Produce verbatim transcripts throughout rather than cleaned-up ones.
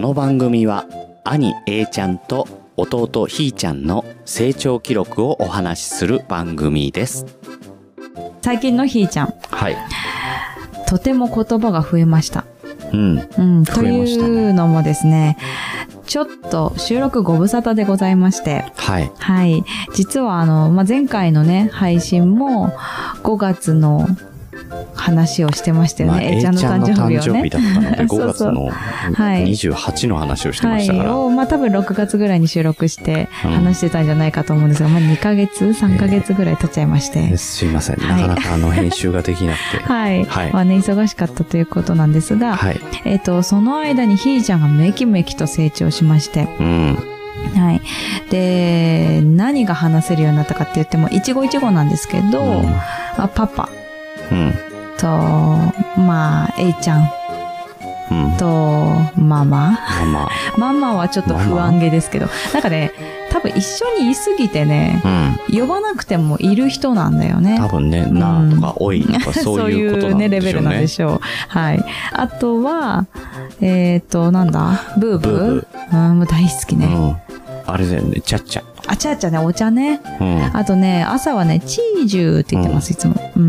の番組は兄 A ちゃんと弟ひーちゃんの成長記録をお話しする番組です。 最近のひーちゃん、 はい、 とても言葉が増えました。 うん、 うん、 増えましたね。 というのもですね、ちょっと収録ご無沙汰でございまして、 はい、 はい、実はあの、まあ、前回のね配信もごがつの話をしてましたよね。 まあ、 A ちゃんの誕生日をね。 A ちゃんの誕生日だったのでごがつのにじゅうはちの話をしてましたから。 はい、をまあ多分ろくがつぐらいに収録して話してたんじゃないかと思うんですが、うん、まあにかげつさんかげつぐらい経っちゃいまして。えー、すいません、はい、なかなかあの編集ができなくて。 はい。はい、まあね忙しかったということなんですが、はい、えっとその間にひーちゃんがめきめきと成長しまして。うん。はい。で、何が話せるようになったかって言っても一期一会なんですけど、うん、まあ、パパ。うん。と、まあ、A ちゃん。うん、と、ママ。ママ。ママはちょっと不安げですけど、なんかね、多分一緒にいすぎてね、うん、呼ばなくてもいる人なんだよね。 多分ね、うん、なとか、おいとかそういうことなんでしょうね。そういうね、レベルなんでしょう。はい。あとは、えっと、なんだブーブー。ブーブー。うん、もう大好きね。 うん、あれだよね、チャッチャ。 あ、チャッチャね、お茶ね。うん、あとね、朝はね、チージューって言ってます、うん、いつも。うん、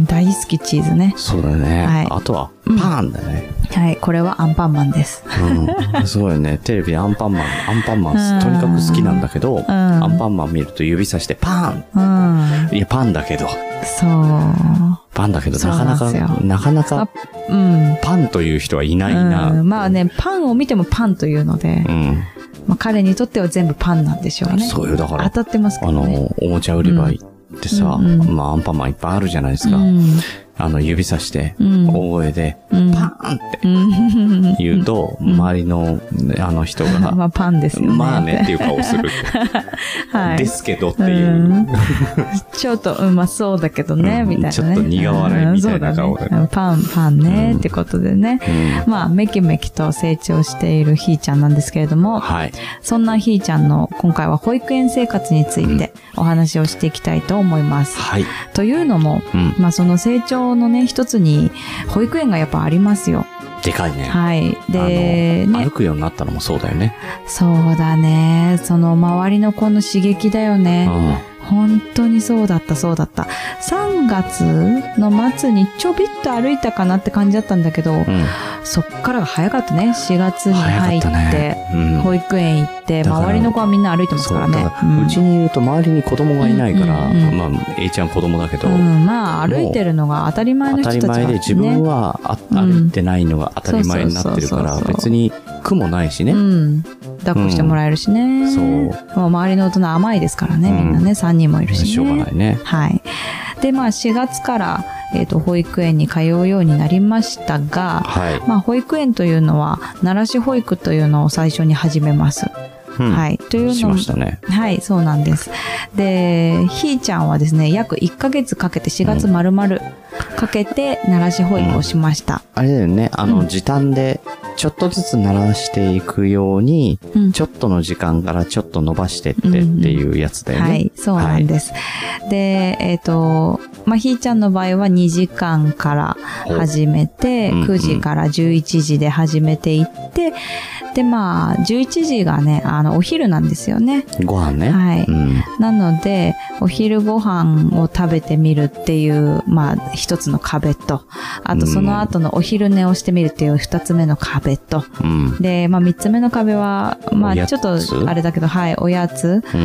大好きチーズね。 そうだね。はい。あとは、パンだね、 うん。はい、これはアンパンマンです。 うん。すごいね。テレビでアンパンマン、アンパンマン、とにかく好きなんだけど、うん、アンパンマン見ると指さしてパン、うん、いや、パンだけど。 そう。 パンだけど、なかなか、なかなか、うん、パンという人はいないな。 うん、まあね、パンを見てもパンというので、うんまあ、彼にとっては全部パンなんでしょうね。 そうよ、だから。 当たってますからね。 あの、おもちゃ売り場行ってさ、うんうん、まあ、アンパンマンいっぱいあるじゃないですか。うん、あの、指さして、うん、大声で、うん、パーンって言うと、うん、周りの、あの人が、 まあ、パンですよね。 まあねっていう顔をする。はい。ですけどっていう。うん、 ちょっと、うまそうだけどね、うん、みたいなね。 ちょっと苦笑いみたいな顔で。 うんね、パン、パンね、ってことでね。うん、まあ、めきめきと成長しているひーちゃんなんですけれども、はい。そんなひーちゃんの今回は保育園生活についてお話をしていきたいと思います。はい。というのも、うん、まあ、その成長のね、一つに保育園がやっぱありますよ。 でかいね。 はい。で、 ね、歩くようになったのもそうだよね。 そうだね。その周りの子の刺激だよね。うん本当にそうだったそうだった。さんがつの末にちょびっと歩いたかなって感じだったんだけど、うん、そっからが早かったね。しがつに入って、ねうん、保育園行って、周りの子はみんな歩いてますからね。 うち、うん、にいると周りに子供がいないから、うんうんうん、まあ A ちゃん子供だけど、うん、まあ歩いてるのが当たり前の人たちが、ね、 当たり前で自分はあ、うん、歩いてないのが当たり前になってるから、別に苦もないしね。うん抱っこしてもらえるしね。うん、そう。もう周りの大人甘いですからね、みんなね、さんにんもいるしね。 しょうがないね。 はい。で、まあしがつから、えっと、保育園に通うようになりましたが、はい。まあ保育園というのは、慣らし保育というのを最初に始めます。うん、はい。というのも。 しましたね。 はい、そうなんです。で、ひーちゃんはですね、約いっかげつかけてしがつ丸々かけて慣らし保育をしました。 うん、あれだよね、あの、うん、時短で、ちょっとずつ慣らしていくように、うん、ちょっとの時間からちょっと伸ばしてってっていうやつだよね。 うんうん、はい、そうなんです。はい、で、えっと、まあ、ひーちゃんの場合はにじかんから始めて、くじからじゅういちじで始めていって、で、まあ、じゅういちじがね、あの、お昼なんですよね。 ご飯ね。 はい。うん、なので、お昼ご飯を食べてみるっていう、まあ、一つの壁と、あとその後のお昼寝をしてみるっていう二つ目の壁と、うん、で、まあ、三つ目の壁は、まあ、ちょっと、あれだけど、はい、おやつ、うん、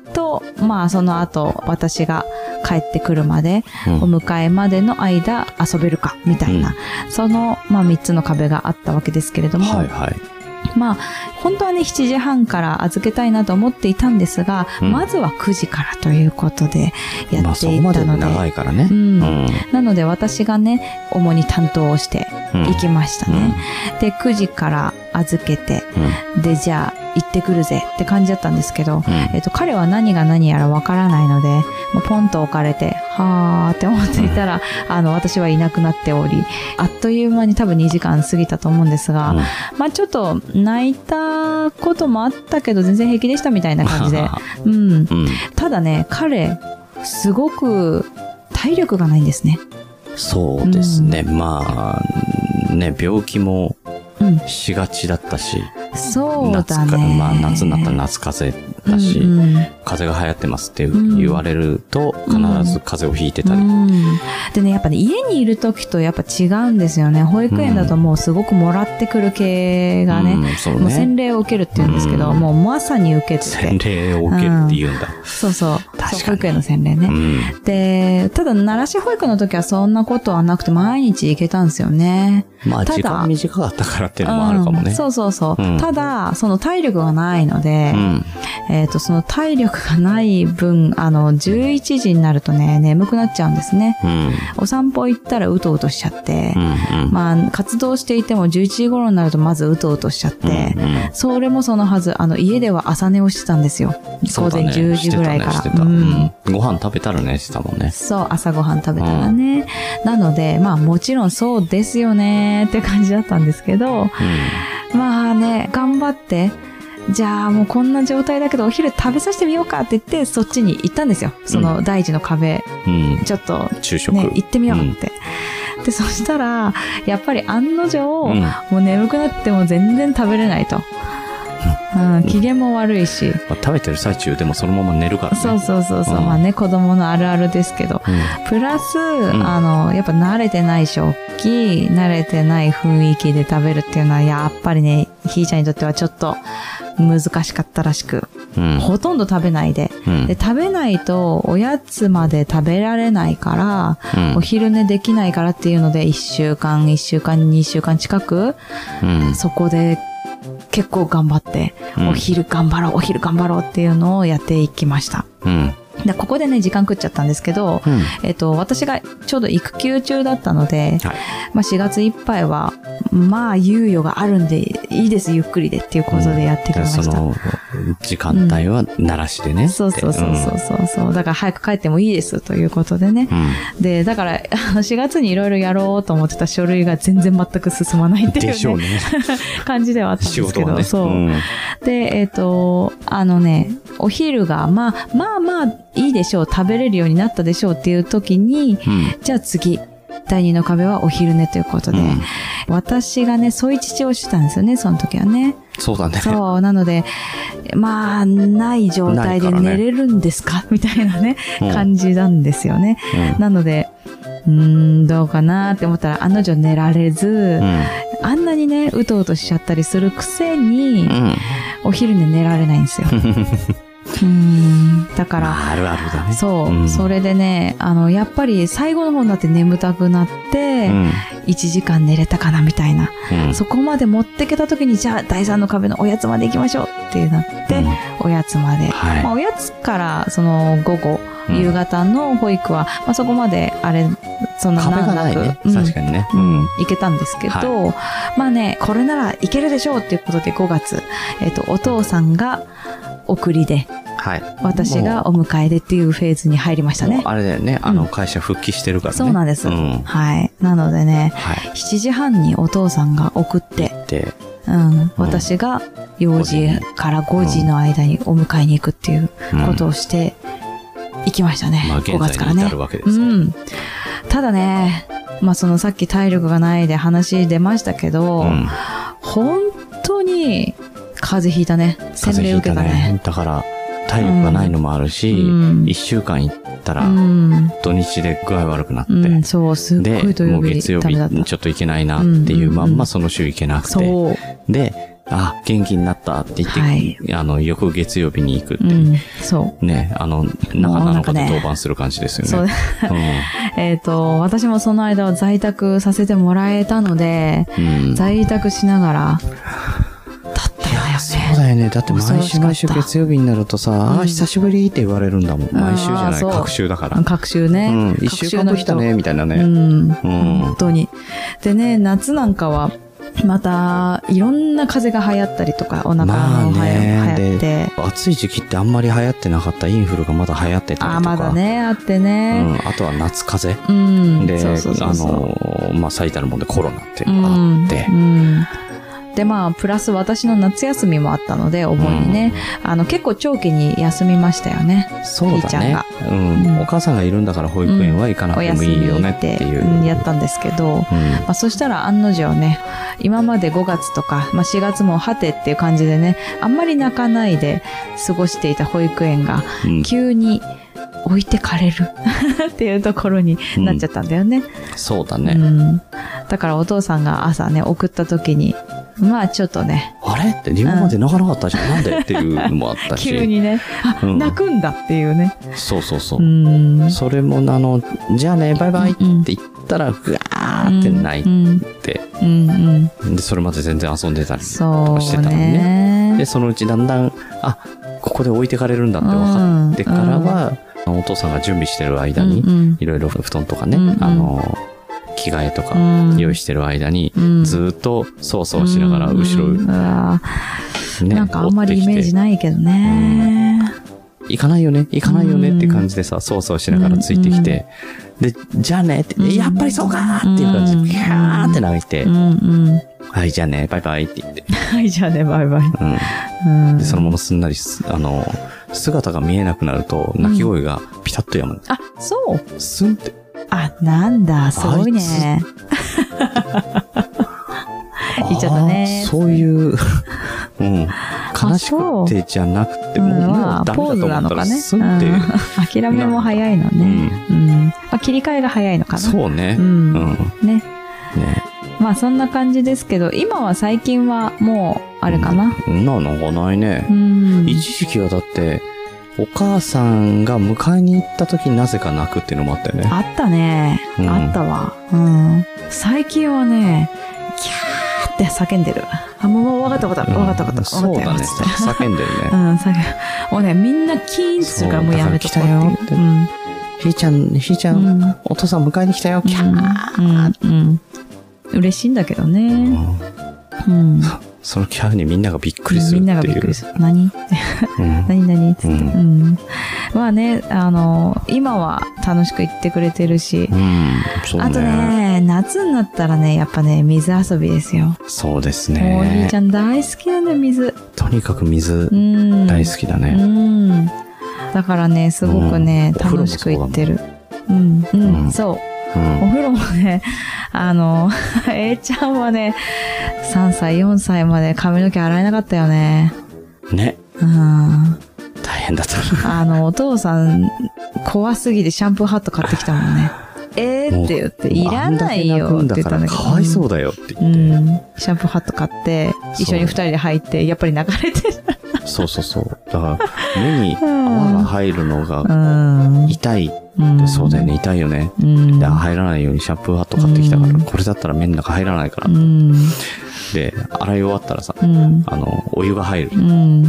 と、まあ、その後、私が帰ってくるまで、うん、お迎えまでの間、遊べるか、みたいな、うん、その、まあ、三つの壁があったわけですけれども、はいはい。まあ、本当はね、しちじはんから預けたいなと思っていたんですが、うん、まずはくじからということでやっていったので。まあ、そこまで長いからね。 うん。うん、なので私がね、主に担当をしていきましたね。うん、で、くじから預けて、うん、で、じゃあ、行ってくるぜって感じだったんですけど、うん、えっと、彼は何が何やらわからないので、もうポンと置かれて、はーって思っていたら、うん、あの、私はいなくなっており、あっという間に多分にじかん過ぎたと思うんですが、うん、まあちょっと泣いたこともあったけど、全然平気でしたみたいな感じで、うんうん、ただね、彼、すごく体力がないんですね。 そうですね。うん、まあ、ね、病気も、 しがちだったし。 そうだね。 まあ夏になったら夏風邪だし、うんうん、風邪が流行ってますって言われると、必ず風邪をひいてたり、うんうん。 でね、やっぱね、家にいる時とやっぱ違うんですよね。保育園だともうすごくもらってくる系がね、うん、そうね、もう洗礼を受けるって言うんですけど、うん、もうまさに受けてて。 洗礼を受けるって言うんだ。うん、 そうそう。そう保育園の洗礼ね、うん。で、ただ、奈良市保育の時はそんなことはなくて、毎日行けたんですよね。 まあ、時間短かったからっていうのもあるかもね。 うん、そうそうそう。うん、ただ、その体力がないので、うん、えっと、その体力がない分、あの、じゅういちじになるとね、眠くなっちゃうんですね。うん、お散歩行ったらうとうとしちゃって、うんうん、まあ、活動していてもじゅういちじ頃になるとまずうとうとしちゃって、うんうん、それもそのはず、あの、家では朝寝をしてたんですよ。午前じゅうじぐらいから。 うん、ご飯食べたらね、してたもんね。 そう、朝ご飯食べたらね。うん、なので、まあ、もちろんそうですよねって感じだったんですけど、うん、まあね、頑張って、じゃあもうこんな状態だけどお昼食べさせてみようかって言ってそっちに行ったんですよ。その大地の壁、うん、ちょっと、ね、 昼食行ってみようって。うん、で、そしたら、やっぱり案の定、うん、もう眠くなっても全然食べれないと。うん、機嫌も悪いし、 まあ、食べてる最中でもそのまま寝るからね。 そうそうそうそう、うん、まあね、子供のあるあるですけど、うん、プラス、うん、あのやっぱ慣れてない食器、慣れてない雰囲気で食べるっていうのはやっぱりね、ひーちゃんにとってはちょっと難しかったらしく、うん、ほとんど食べないで、うん、で食べないとおやつまで食べられないから、うん、お昼寝できないからっていうのでいっしゅうかんいっしゅうかんにしゅうかん近く、うん、そこで結構頑張って、うん、お昼頑張ろう、お昼頑張ろうっていうのをやっていきました。うん、でここでね、時間食っちゃったんですけど、うん、えっと、私がちょうど育休中だったので、はい、まあしがついっぱいは、まあ猶予があるんでいいです、ゆっくりでっていうことでやってきました。うん、その時間帯は奈良市でね、うん。 そうそうそうそうそう。だから早く帰ってもいいですということでね。うん、で、だからしがつにいろいろやろうと思ってた書類が全然全く進まないっていう、ね、 でしょうね感じではあったんですけど、 ね、 そう、うん。で、えっと、あのね、お昼が、まあ、まあまあいいでしょう、食べれるようになったでしょうっていう時に、うん、じゃあ次、第二の壁はお昼寝ということで、うん、私がね、添い乳をしてたんですよね、その時はね。 そうだね。 そう、なので、まあ、ない状態で寝れるんですか、ね、みたいなね、うん、感じなんですよね。うん、なので、うーん、どうかなって思ったら、案の定寝られず、うん、あんなにね、うとうとしちゃったりするくせに、うん、お昼寝寝られないんですよ。うーん、だから、 まあ、あるあるだね。 そう、うん、それでね、あの、やっぱり最後の方になって眠たくなって、うん、いちじかん寝れたかなみたいな、うん、そこまで持ってけた時に、じゃあ第三の壁のおやつまで行きましょうってなって、うん、おやつまで、はい、まあ、おやつからその午後、うん、夕方の保育は、まあ、そこまであれ、そんな長く、ね、うん、確かにね、 うん、行けたんですけど、はい、まあね、これならいけるでしょうっていうことでごがつ、えっと、お父さんが送りで、はい、私がお迎えでっていうフェーズに入りましたね。 あれだよね、あの会社復帰してるからね。 そうなんです。うん、はい。なのでね、はい、しちじはんにお父さんが送って、でうん、私がよじからごじの間にお迎えに行くっていうことをして行きましたね。 うん、まあ、ごがつからね。至るわけです、 うん。ただね、まあそのさっき体力がないで話出ましたけど、うん、本当に風邪ひいたね。洗礼受けたね。ねだから体力がないのもあるし、うん、いっしゅうかん行ったら、土日で具合悪くなって、うん、 そう、すっごい土曜日月曜日ちょっと行けないなっていう、うん、まんまその週行けなくて、で、あ、元気になったって言って、はい、あの、翌月曜日に行くって、うん、そう。ね、あの、中なのかで当番する感じですよね。そう。うん、 えっと、私もその間は在宅させてもらえたので、うん、在宅しながら、 そうだよね。だって毎週毎週月曜日になるとさ、うん、ああ、久しぶりって言われるんだもん。毎週じゃない、隔週だから。 隔週ね。うん。 一週間と来たね、みたいなね。 うん。本当に。でね、夏なんかは、また、いろんな風邪が流行ったりとか、お腹も流行って。 暑い時期ってあんまり流行ってなかったインフルがまだ流行ってたりとか。 あ、まだね、あってね。 うん。あとは夏風邪。うん。で、そうそうそうそう、あの、まあ、最たるもんでコロナっていうのがあって。うん。うんで、まあ、プラス私の夏休みもあったので、お盆にね、うん、あの、結構長期に休みましたよね。 そうだね。ちゃんが、うん。うん。お母さんがいるんだから保育園は行かなくてもいいよねっていう。 うん、やったんですけど、うん、まあ、そしたら案の定ね、今までごがつとか、まあ、しがつもはてっていう感じでね、あんまり泣かないで過ごしていた保育園が、急に、置いてかれるっていうところになっちゃったんだよね。うん、 そうだね、 うん。だからお父さんが朝ね、送った時に、まあちょっとね。 あれって今まで泣かなかったじゃん。うん、なんでっていうのもあったし。 急にね、あ、うん、泣くんだっていうね。 そうそうそう。うん、それもあの、じゃあね、バイバイって言ったら、ぐわーって泣いて、うんうん、で、それまで全然遊んでたりとかしてたのにね。で、そのうちだんだん、あ、ここで置いてかれるんだって分かってからは、うんうん、お父さんが準備してる間に、いろいろ布団とかね、うんうん、あの、着替えとか用意してる間に、うん、ずっとそわそわしながら後ろ、うんうん、 ね、なんかあんまりイメージないけどね、 うん、行かないよね行かないよねって感じでさ、そわそわしながらついてきて、うんうん、で、じゃあねって、うん、やっぱりそうかーっていう感じで、キャーって泣いて、うんうん、はい、じゃあね、バイバイって言って。 はい、じゃあね、バイバイ。 うん。で、そのまますんなり、あの、姿が見えなくなると、泣き声がピタッとやむ。うん、 あ、そうスンって。 あ、なんだ、すごいね。言っちゃったね。 そういう、うん。悲しくてじゃなくて、もう、うん、もうダメだと思ったら、スンって、うん。 諦めも早いのね。うん。うん、まあ、切り替えが早いのかな。 そうね。 うん。うん、ね。ね。まあそんな感じですけど、今は最近はもう、あれかな。 うん、な、なんかないね。うん。一時期はだって、お母さんが迎えに行った時になぜか泣くっていうのもあったよね。 あったね。うん、あったわ。うん。最近はね、キャーって叫んでる。あ、もう、もう分かった分かった。分かった分かった。 そうだね。叫んでるね。 うん、叫んもうね、みんなキーンするからもうやめとこうっていう。うん。 ひーちゃん、ひーちゃん、うん、お父さん迎えに来たよ。キャー、 うんうん、嬉しいんだけどね。うん。 そのキャーにみんながびっくりするっていう。みんながびっくりする。 何って。うん、何何って言って、うんうん。まあね、あの、今は楽しく行ってくれてるし。うん、そうね。あとね、夏になったらね、やっぱね、水遊びですよ。 そうですね。 もうお兄ちゃん大好きなんだよ、水。 とにかく水、大好きだね。 うん。だからね、すごくね、うん、楽しく行ってる。うん、うん、うん、そう。うん、お風呂もね、あの、A ちゃんはね、さんさい、よんさいまで髪の毛洗えなかったよね。 ね。 うん。 大変だった。 あの、お父さん、怖すぎてシャンプーハット買ってきたもんね。えーって言って、いらないよって言ったんだけど。 かわいそうだよって言って。 うん。シャンプーハット買って、一緒に二人で入って、やっぱり流れてる。 そうそうそう。だから、目に泡が入るのが痛い。うん、そうだよね、痛いよね。うん、で、入らないようにシャンプーハット買ってきたから、うん、これだったら目の中入らないから。うん、で、洗い終わったらさ、うん、あの、お湯が入る。うん、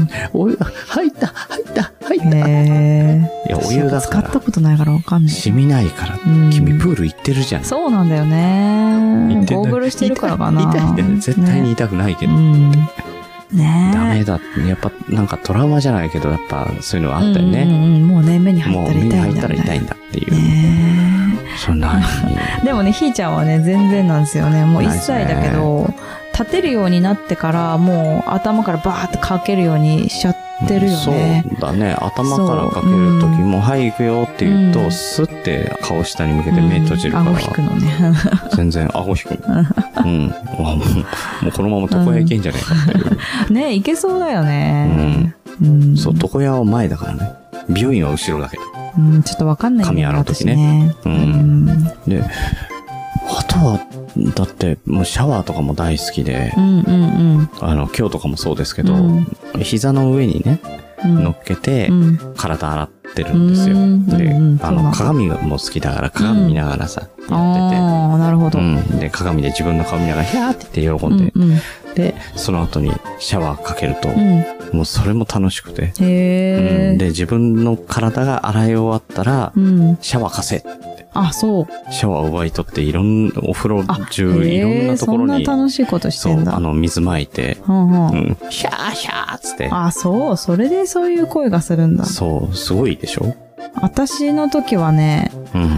お湯が入った、入った、入った。 へいや、お湯だから。 使ったことないからわかんない。 染みないから。うん、君プール行ってるじゃん。 そうなんだよね。ゴーグルしてるからかな。 痛いってね、絶対に痛くないけど。ねうんねダメだって。やっぱ、なんかトラウマじゃないけど、やっぱそういうのがあったよね。 うんうんうん、もうね、目に入ったら痛いんだ、ね。 もう目に入ったら痛いんだっていう。ねそんなでもね、ひーちゃんはね、全然なんですよね。もういっさいだけど、立てるようになってから、もう頭からバーってかけるようにしちゃってるよね。 そうだね。頭からかけるときも、うん、はい、行くよって言うと、うん、スッて顔下に向けて目閉じるから。うん、 顎引くのね。 全然顎引く。うん。もう、もうこのまま床屋行けんじゃねえかっていう。 うん、ねいけそうだよね。 うん。うん、そう、床屋は前だからね。美容院は後ろだけど。 うん、ちょっとわかんない髪洗うときね。うん。うん、で、あとは、だって、もうシャワーとかも大好きで、うんうんうん、あの、今日とかもそうですけど、うん、膝の上にね、うん、乗っけて、体洗ってるんですよ。うん、で、うん、あの、鏡も好きだから鏡見ながらさ、うん、やってて。 ああ、なるほど、うん。 で、鏡で自分の顔見ながら、ヒャーって言って喜んで、うんうん、で、その後にシャワーかけると、うん、もうそれも楽しくて。 へー、 うん、で、自分の体が洗い終わったら、うん、シャワー貸せって。 あ、そう。 シャワー奪い取って、いろんな、お風呂中、いろんなところに。 そんな楽しいことしてんだ。 そう、あの、水撒いて、うんうんうん、ヒャーヒャーつって。 あ、そう。それでそういう声がするんだ。 そう、すごいでしょ？ 私の時はね、うん、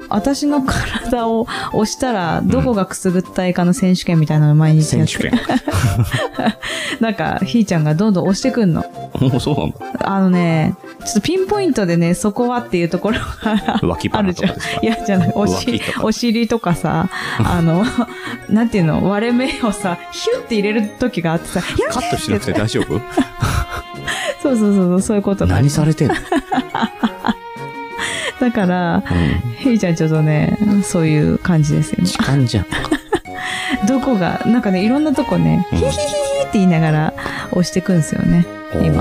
私の体を押したら、どこがくすぐったいかの選手権みたいなの毎日やって。選手権なんか、ひーちゃんがどんどん押してくんの。 もうそうなんだ。 あのね、ちょっとピンポイントでね、そこはっていうところが脇腹とかですか？ いや、じゃない、お尻、お尻とかさ、あの、なんていうの、割れ目をさ、ヒュッて入れる時があってさ、 カットしなくて大丈夫？ そうそうそう、そういうこと。 何されてんの？ だから、うん、ひーちゃんちょっとね、そういう感じですよ。 時間じゃん。 どこが、なんかね、いろんなとこね、ヒヒヒヒって言いながら押してくんですよね。今。うん。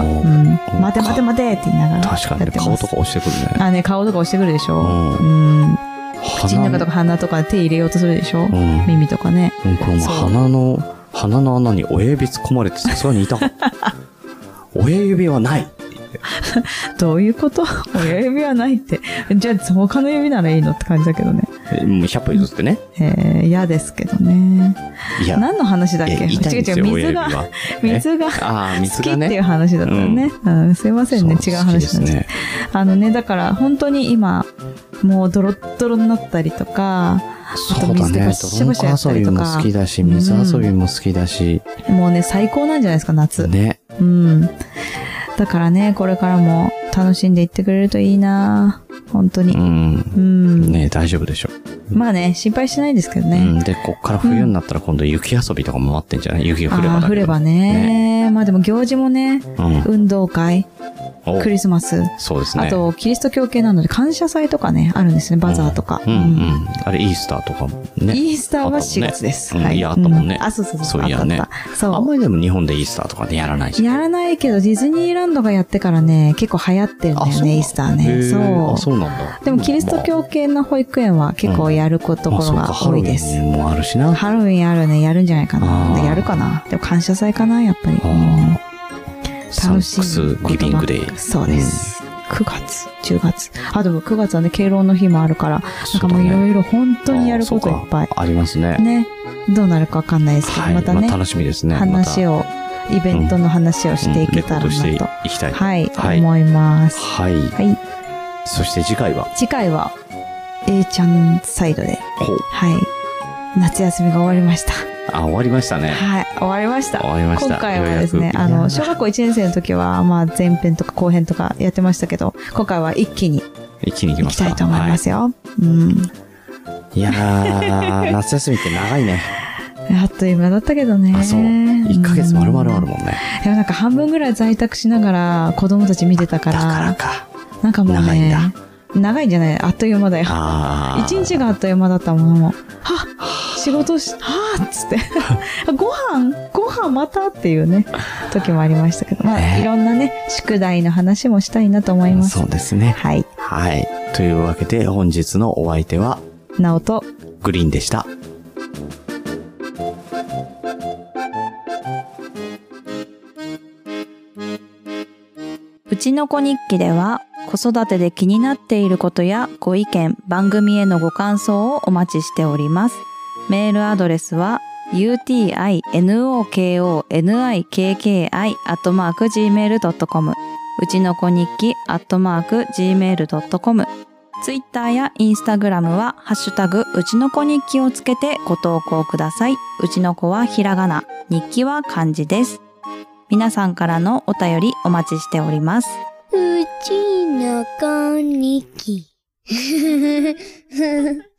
待て待て待てって言いながら。 確かにね、顔とか押してくるね。 あ、ね、顔とか押してくるでしょ。うん。うん、口の中とか鼻とか手入れようとするでしょ。うん、耳とかね。 うん、この鼻の、鼻の穴に親指突っ込まれてさすがにいた。親指はない。 どういうこと？親指はないって。じゃあ他の指ならいいのって感じだけどね。 ひゃっぽ譲ってね。 えー、嫌ですけどね。いや。何の話だっけ？違う違う、水が、水が好きっていう話だったよね。うん、すいませんね、違う話なんです。あのね、だから本当に今、もうドロッドロになったりとか、 そうだね。泥遊びも好きだし、水遊びも好きだし。 もうね、最高なんじゃないですか、夏。 ね。 うん。だからね、これからも楽しんでいってくれるといいな本当に。うん。うん。 ね、大丈夫でしょ。 まあね、心配しないですけどね。うん。で、こっから冬になったら今度雪遊びとかも待ってんじゃない？雪が降ればだけど。 あ、降ればね。ね、まあでも行事もね、うん、運動会。クリスマス。 そうですね。 あと、キリスト教系なので、感謝祭とかね、あるんですね。バザーとか。 うん。うんうん、あれ、イースターとかもね。 イースターはしがつです。 ね、はい。いや、あったもんね。 うん、あ、そうそうそう。 そういやね。そう。あんまりでも日本でイースターとかね、やらないし。 やらないけど、ディズニーランドがやってからね、結構流行ってるんだよね、イースターね。そう。 あ、そうなんだ。 でも、キリスト教系の保育園は結構やるところが多いです。 ハロウィンもあるしな。 ハロウィンあるね、やるんじゃないかな。やるかな。でも、感謝祭かな、やっぱり。 楽しい。サンクスギビングデー。 そうです。くがつ、じゅうがつ。あ、でもくがつはね、敬老の日もあるから、なんかもういろいろ本当にやることいっぱい。 ありますね。 ね。どうなるかわかんないですけど、またね。 楽しみですね。 話を、イベントの話をしていけたらなと。 していきたい。 はい、思います。 はい。はい。そして次回は次回は、A ちゃんサイドで。はい。夏休みが終わりました。 あ、終わりましたね。 はい、終わりました。 終わりました。 今回はですね、あの、小学校いちねん生の時は、まあ、前編とか後編とかやってましたけど、今回は一気に、 一気に行きますか。 行きたいと思いますよ。はい、うん。 いやー、夏休みって長いね。 あっという間だったけどね。 あ、そう。いっかげつ丸々あるもんね。 でもなんか半分ぐらい在宅しながら子供たち見てたから。 だからか。 なんかもうね。 長いんだ。 長いんじゃない？あっという間だよ。一日があっという間だったもん。もうはっ仕事し、はぁっつって。ご飯ご飯またっていうね、時もありましたけど。まあ、えー、いろんなね、宿題の話もしたいなと思います。 そうですね。 はい。 はい。というわけで、本日のお相手は、 なおと、 グリーンでした。 うちの子日記では、子育てで気になっていることやご意見、番組へのご感想をお待ちしております。メールアドレスは ユーティーアイエヌオーケーオーエヌアイケーケーアイ アットマーク ジーメール ドットコム うちの子日記 アットマーク ジーメール ドットコム ツイッターやインスタグラムはハッシュタグうちの子日記をつけてご投稿ください。うちの子はひらがな、日記は漢字です。皆さんからのお便りお待ちしております。 うちの子日記